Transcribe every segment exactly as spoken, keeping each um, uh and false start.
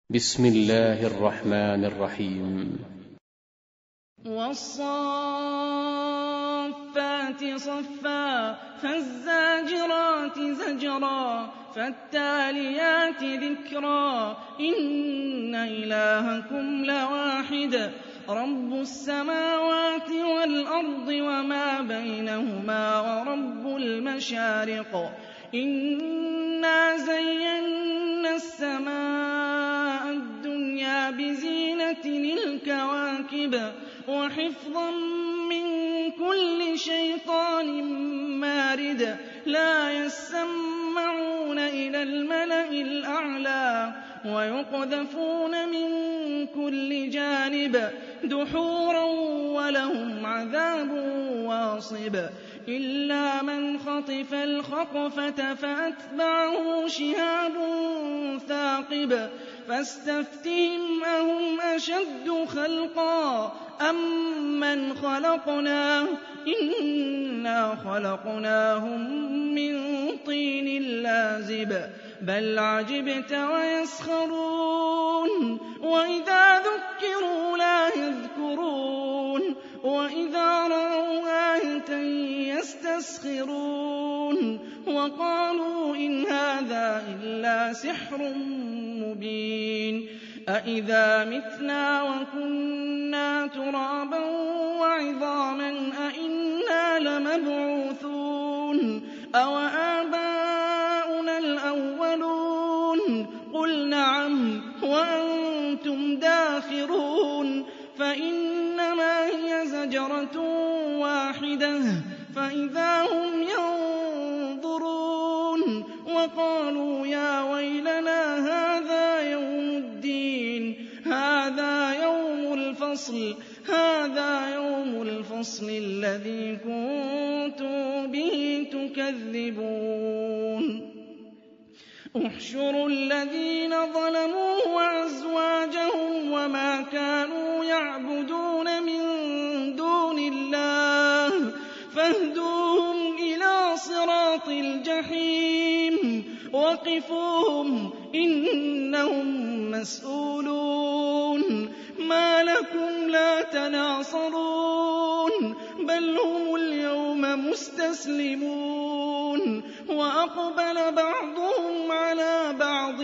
بسم الله الرحمن الرحيم. والصافات صفا فالزاجرات زجرا فالتاليات ذكرا إن إلهكم لواحد رب السماوات والأرض وما بينهما ورب المشارق إنا زينا السماء الدنيا بزينة الكواكب وحفظا من كل شيطان مارد لا يسمعون إلى الملأ الأعلى ويقذفون من كل جانب دحورا ولهم عذاب واصب إلا من خطف الخطفة فأتبعه شهاب ثاقب فاستفتهم أهم أشد خلقا أم من خلقنا إنا خلقناهم من طين لازب بل عجبت ويسخرون وإذا ذكروا لا يذكرون وإذا رأوا آية يستسخرون وقالوا إن هذا إلا سحر مبين أإذا متنا وكنا ترابا وعظاما أإنا لمبعوثون أوآباؤنا الأولون قل نعم وأنتم داخرون فإنما هي زجرة واحدة فإذا هم ينظرون وقالوا يا ويلنا هذا يوم الدين هذا يوم الفصل هذا يوم الفصل الذي كنتم به تكذبون احشروا الذين ظلموا وأزواجهم وما كانوا يعبدون من دون الله فاهدوهم إلى صراط الجحيم وقفوهم إنهم مسؤولون ما لكم لا تناصرون بل هم اليوم مستسلمون وأقبل بعضهم على بعض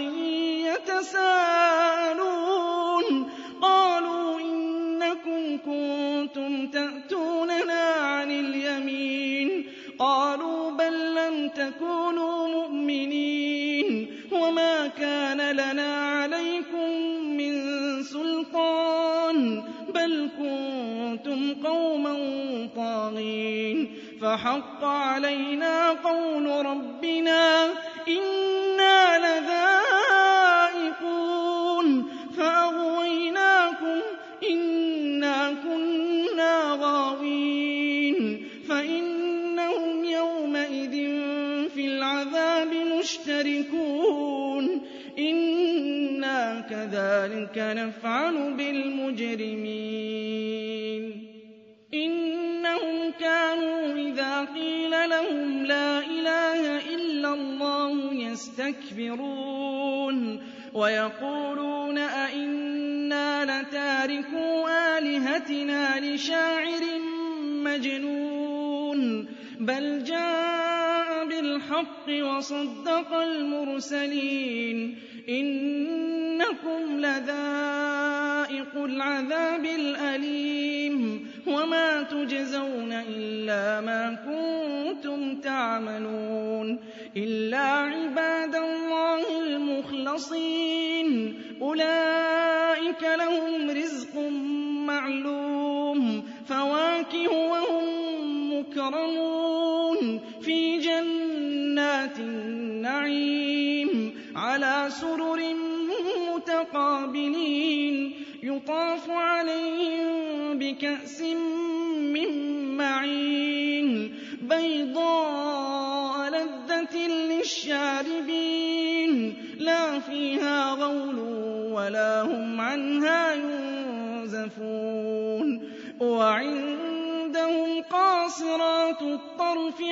يتساءلون قالوا إنكم كنتم تأتوننا عن اليمين قالوا بل لم تكونوا مؤمنين وما كان لنا عليكم من سلطان بل كنتم قوما طاغين فحق علينا قول ربنا إنا لذائقون فأغويناكم إنا كنا غاوين فإنهم يومئذ في العذاب مشتركون إنا كذلك نفعل بالمجرمين إنهم كانوا إذا قيل لهم لا إله إلا الله يستكبرون ويقولون أئنا لتاركو آلهتنا لشاعر مجنون بل جاء بالحق وصدق المرسلين إنكم لذائق العذاب الأليم وما تجزون إلا ما كنتم تعملون إلا عباد الله المخلصين أولئك لهم رزق معلوم فواكه وهم مكرمون في جنات النعيم على سرر متقابلين يطاف عليهم بكأس من معين بيضاء لذة للشاربين لا فيها غول ولا هم عنها ينزفون وعندهم قاصرات الطرف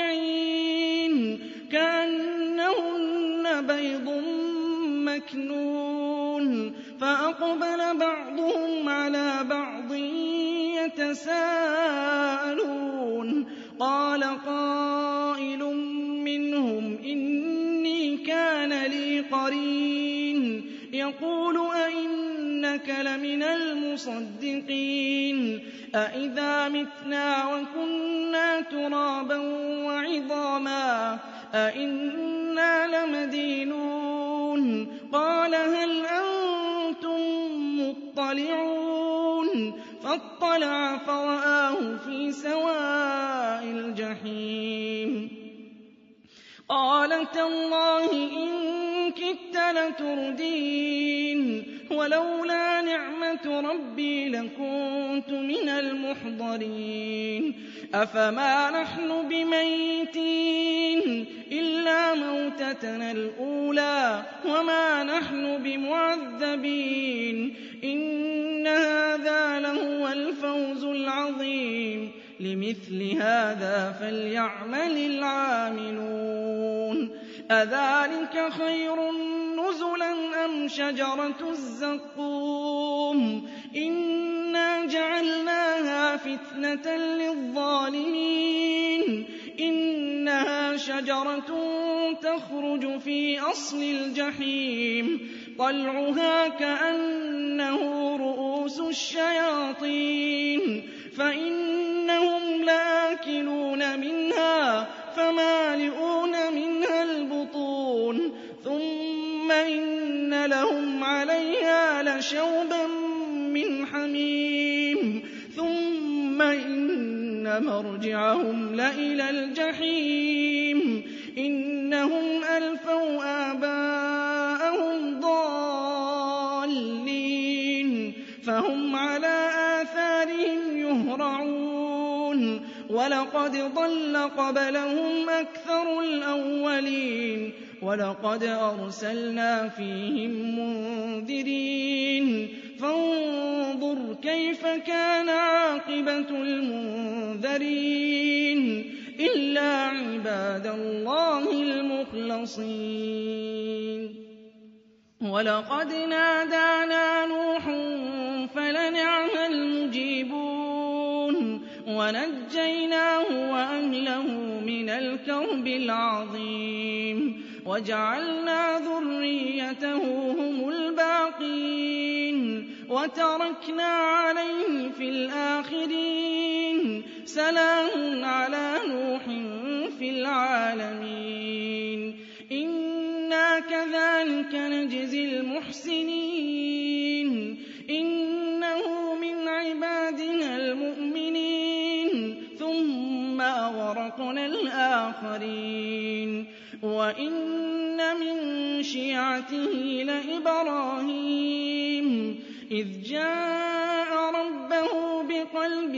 عين كأنهن بيض مكنون فأقبل بعضهم على بعض يتساءلون قال قائل منهم إني كان لي قرين يقول أئنك لمن المصدقين أئذا متنا وكنا ترابا وعظاما أئنا لمدينون قال هل أنتم مطلعون فاطلع فرآه في سواء الجحيم قال تالله إن كدت لتردين ولولا نعمة ربي لكنت من المحضرين أفما نحن بميتين إلا موتتنا الأولى وما نحن بمعذبين إن هذا لهو الفوز العظيم لمثل هذا فليعمل العاملون أذلك خير نزلا أم شجرة الزقوم إنا جعلناها فتنة للظالمين إنها شجرة تخرج في أصل الجحيم طلعها كأنه رؤوس الشياطين فإنهم لآكلون منها فمالئون منها البطون ثم إن لهم عليها لشوبا من حميم ثم إن مرجعهم لإلى الجحيم إنهم ألفوا آباءهم ضالين فهم على آثارهم يهرعون ولقد ضل قبلهم أكثر الأولين ولقد أرسلنا فيهم منذرين فانظر كيف كان عاقبة المنذرين إلا عباد الله المخلصين ولقد نادانا نوح فلنعم المجيبون ونجيناه وأهله من الكرب العظيم وجعلنا ذريته هم الباقين وتركنا عليه في الآخرين سلام على نوح في العالمين إنا كذلك نجزي المحسنين إنه من عبادنا المؤمنين ثم أغرقنا الآخرين وإن من شيعته لإبراهيم إذ جاء ربه بقلب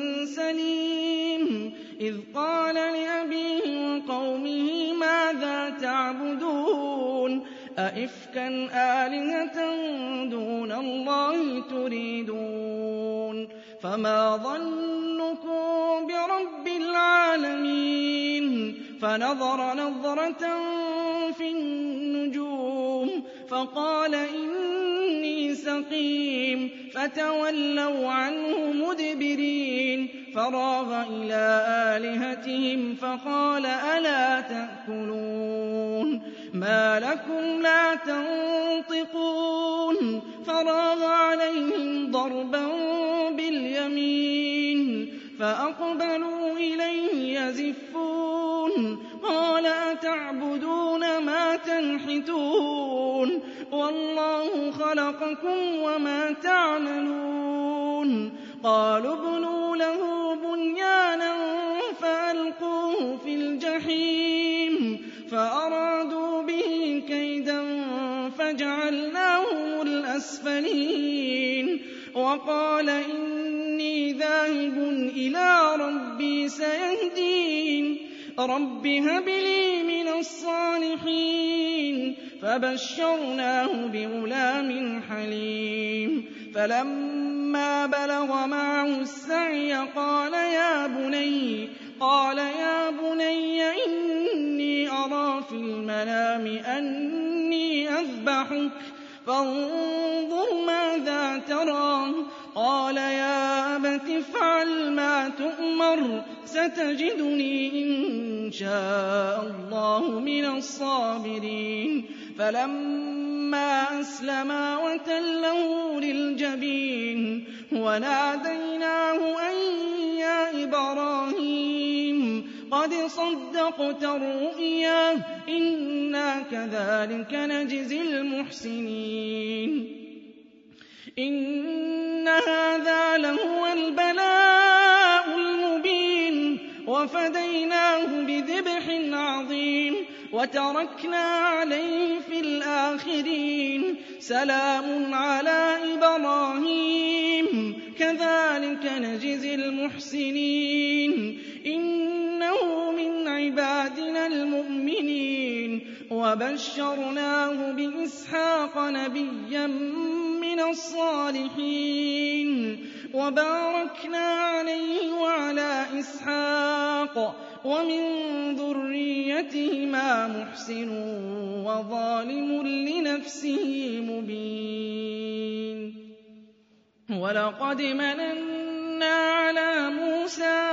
سليم إذ قال لأبيه وقومه ماذا تعبدون أئفكا آلهة دون الله تريدون فما ظنكم برب العالمين فنظر نظرة في النجوم فقال إني سقيم فتولوا عنه مدبرين فراغ إلى آلهتهم فقال ألا تأكلون ما لكم لا تنطقون فراغ عليهم ضربا باليمين فأقبلوا إليه يزفون قال أتعبدون ما تنحتون والله خلقكم وما تعملون قالوا ابنوا له بنيانا فألقوه في الجحيم فأرادوا به كيدا فجعلناهم الأسفلين وقال إني ذاهب إلى ربي سيهدين رب هب لي من الصالحين فبشرناه بغلام حليم فلما بلغ معه السعي قال يا بني قال يا بني إني أرى في المنام أني أذبحك فانظُرْ ماذا ترى. قال يا أبت افعل ما تؤمر ستجدني إن شاء الله من الصابرين. فلما أسلما وتله للجبين وناديناه أن يا إبراهيم قد صدقت الرؤيا إنا كذلك نجزي المحسنين. إن هذا لهو البلاء المبين وفديناه بذبح عظيم وتركنا عليه في الآخرين. سلام على إبراهيم كذلك نجزي المحسنين إنه من عبادنا المؤمنين. وبشرناه بإسحاق نبيا من الصالحين وباركنا عليه وعلى إسحاق ومن ذريتهما محسن وظالم لنفسه مبين. ولقد مننا على موسى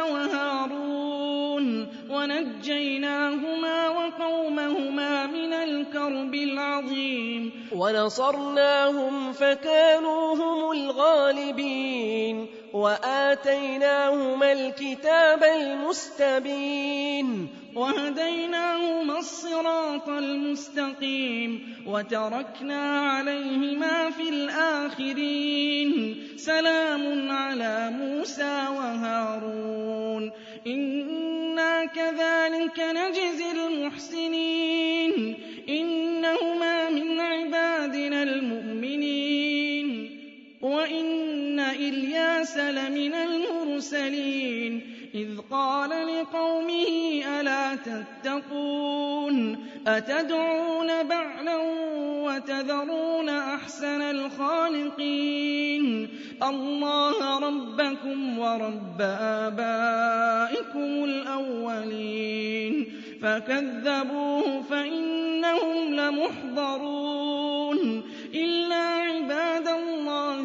وهارون ونجيناهما وقومهما من الكرب العظيم ونصرناهم فكانوا هم الغالبين وآتيناهما الكتاب المستبين وهديناهما الصراط المستقيم وتركنا عليهما في الآخرين. سلام على موسى وهارون إنا كذلك نجزي المحسنين إنهما من عبادنا المؤمنين. وإن إلياس لمن المرسلين إذ قال لقومه ألا تتقون أتدعون بعلا وتذرون أحسن الخالقين الله ربكم ورب آبائكم الأولين. فكذبوه فإنهم لمحضرون إلا عباد الله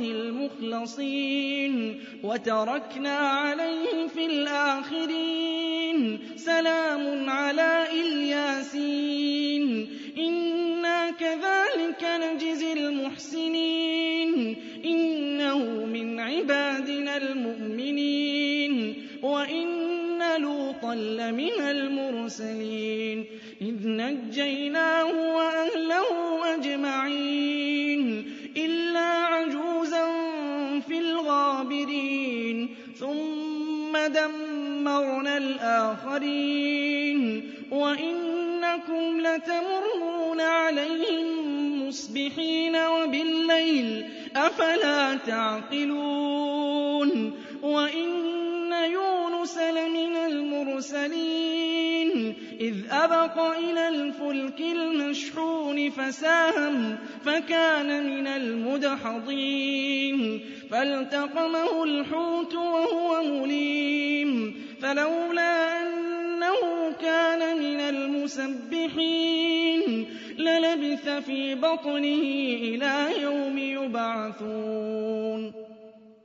المخلصين وتركنا عليه في الآخرين. سلام على الياسين إنا كذلك نجزي المحسنين إنه من عبادنا المؤمنين. وإن لوطا لمن المرسلين إذ نجيناه وأهله أجمعين إلا عجوزا في الغابرين ثم دمرنا الآخرين. وإنكم لتمرون عليهم مصبحين وبالليل أفلا تعقلون. وإن يونس لمن المرسلين إذ أبق إلى الفلك المشحون فساهم فكان من المدحضين فالتقمه الحوت وهو مليم فلولا أنه كان من المسبحين للبث في بطنه إلى يوم يبعثون.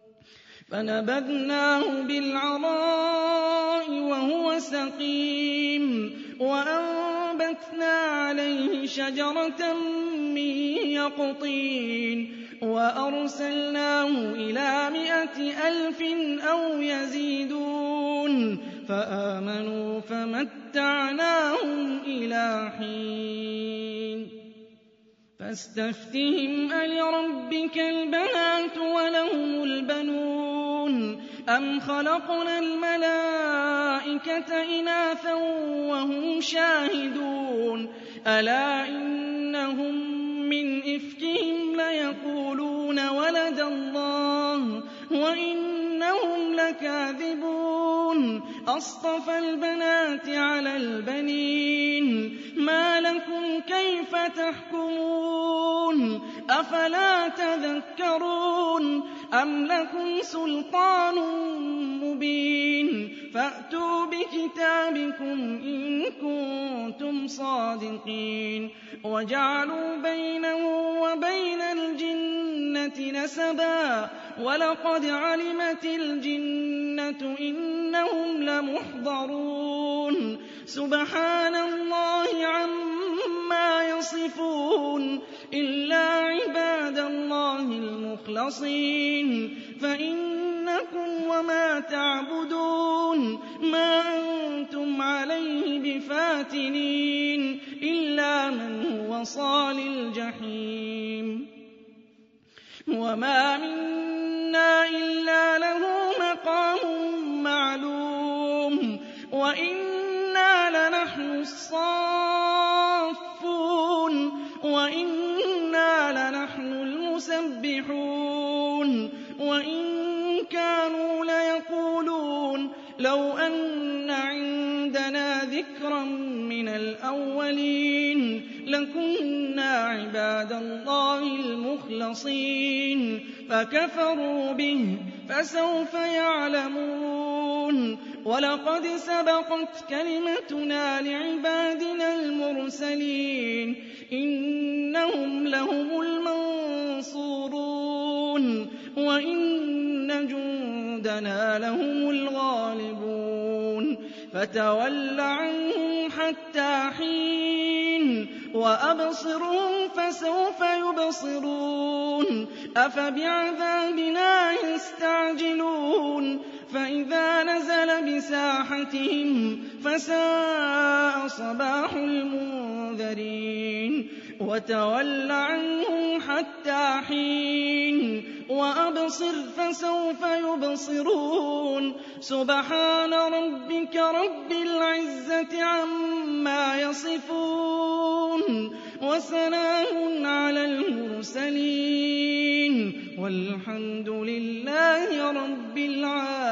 فنبذناه بالعراء وهو سقيم وأنبتنا عليه شجرة من يقطين وأرسلناه إلى مائة ألف أو يزيدون فآمنوا فمتعناهم إلى حين. فاستفتهم ألربك البنات ولهم البنون أم خلقنا الملائكة إناثا وهم شاهدون ألا إنهم من إفكهم ليقولون ولد الله وإنهم إِنَّهُمْ لَكَاذِبُونَ أَصْطَفَى الْبَنَاتِ عَلَى الْبَنِينَ مَا لَكُمْ كَيْفَ تَحْكُمُونَ أَفَلَا تَذَكَّرُونَ أَمْ لَكُمْ سُلْطَانٌ مُّبِينٌ فَأْتُوا بِكِتَابِكُمْ إِن كُنتُمْ صَادِقِينَ وَجَعَلُوا بَيْنَهُ وَبَيْنَ الْجِنَّةِ نَسَبًا وَلَقَدْ عَلِمَتِ الْجِنَّةُ إِنَّهُمْ لَمُحْضَرُونَ سُبْحَانَ اللَّهِ عَمَّا يَصِفُونَ إِلَّا عِبَادَ اللَّهِ الْمُخْلَصِينَ فَإِنَّكُمْ وَمَا تَعْبُدُونَ مَا أَنتُمْ عَلَيْهِ بِفَاتِنِينَ إِلَّا مَنْ هُوَ صَالِ الْجَحِيمِ وَمَا مِنَّا إِلَّا لَهُ مَقَامٌ مَّعْلُومٌ وَإِنَّا لَنَحْنُ الصَّافُّونَ وَإِنَّا لَنَحْنُ الْمُسَبِّحُونَ وَإِن كَانُوا لَيَقُولُونَ لَوْ أَنَّ عِندَنَا ذِكْرًا مِّنَ الْأَوَّلِينَ لَكُنَّا عِبَادَ اللَّهِ الْمُخْلَصِينَ فَكَفَرُوا بِهِ فَسَوْفَ يَعْلَمُونَ وَلَقَدْ سَبَقَتْ كَلِمَتُنَا لِعِبَادِنَا الْمُرْسَلِينَ إِنَّهُمْ لَهُمُ الْمَنصُورُونَ وَإِنَّ جُندَنَا لَهُمُ الْغَالِبُونَ فَتَوَلَّ عَنْهُمْ حَتَّىٰ حِينٍ وَأَبْصِرْهُمْ فَسَوْفَ يُبْصِرُونَ أَفَبِعَذَابِنَا يَسْتَعْجِلُونَ فَإِذَا نَزَلَ بِسَاحَتِهِمْ فَسَاءَ صَبَاحُ الْمُنذَرِينَ وَتَوَلَّ عَنْهُمْ حَتَّىٰ حِينٍ وَأَبْصِرْ فَسَوْفَ يُبْصِرُونَ سُبْحَانَ رَبِّكَ رَبِّ الْعِزَّةِ عَمَّا يَصِفُونَ وَسَلَامٌ عَلَى الْمُرْسَلِينَ وَالْحَمْدُ لِلَّهِ رَبِّ الْعَالَمِينَ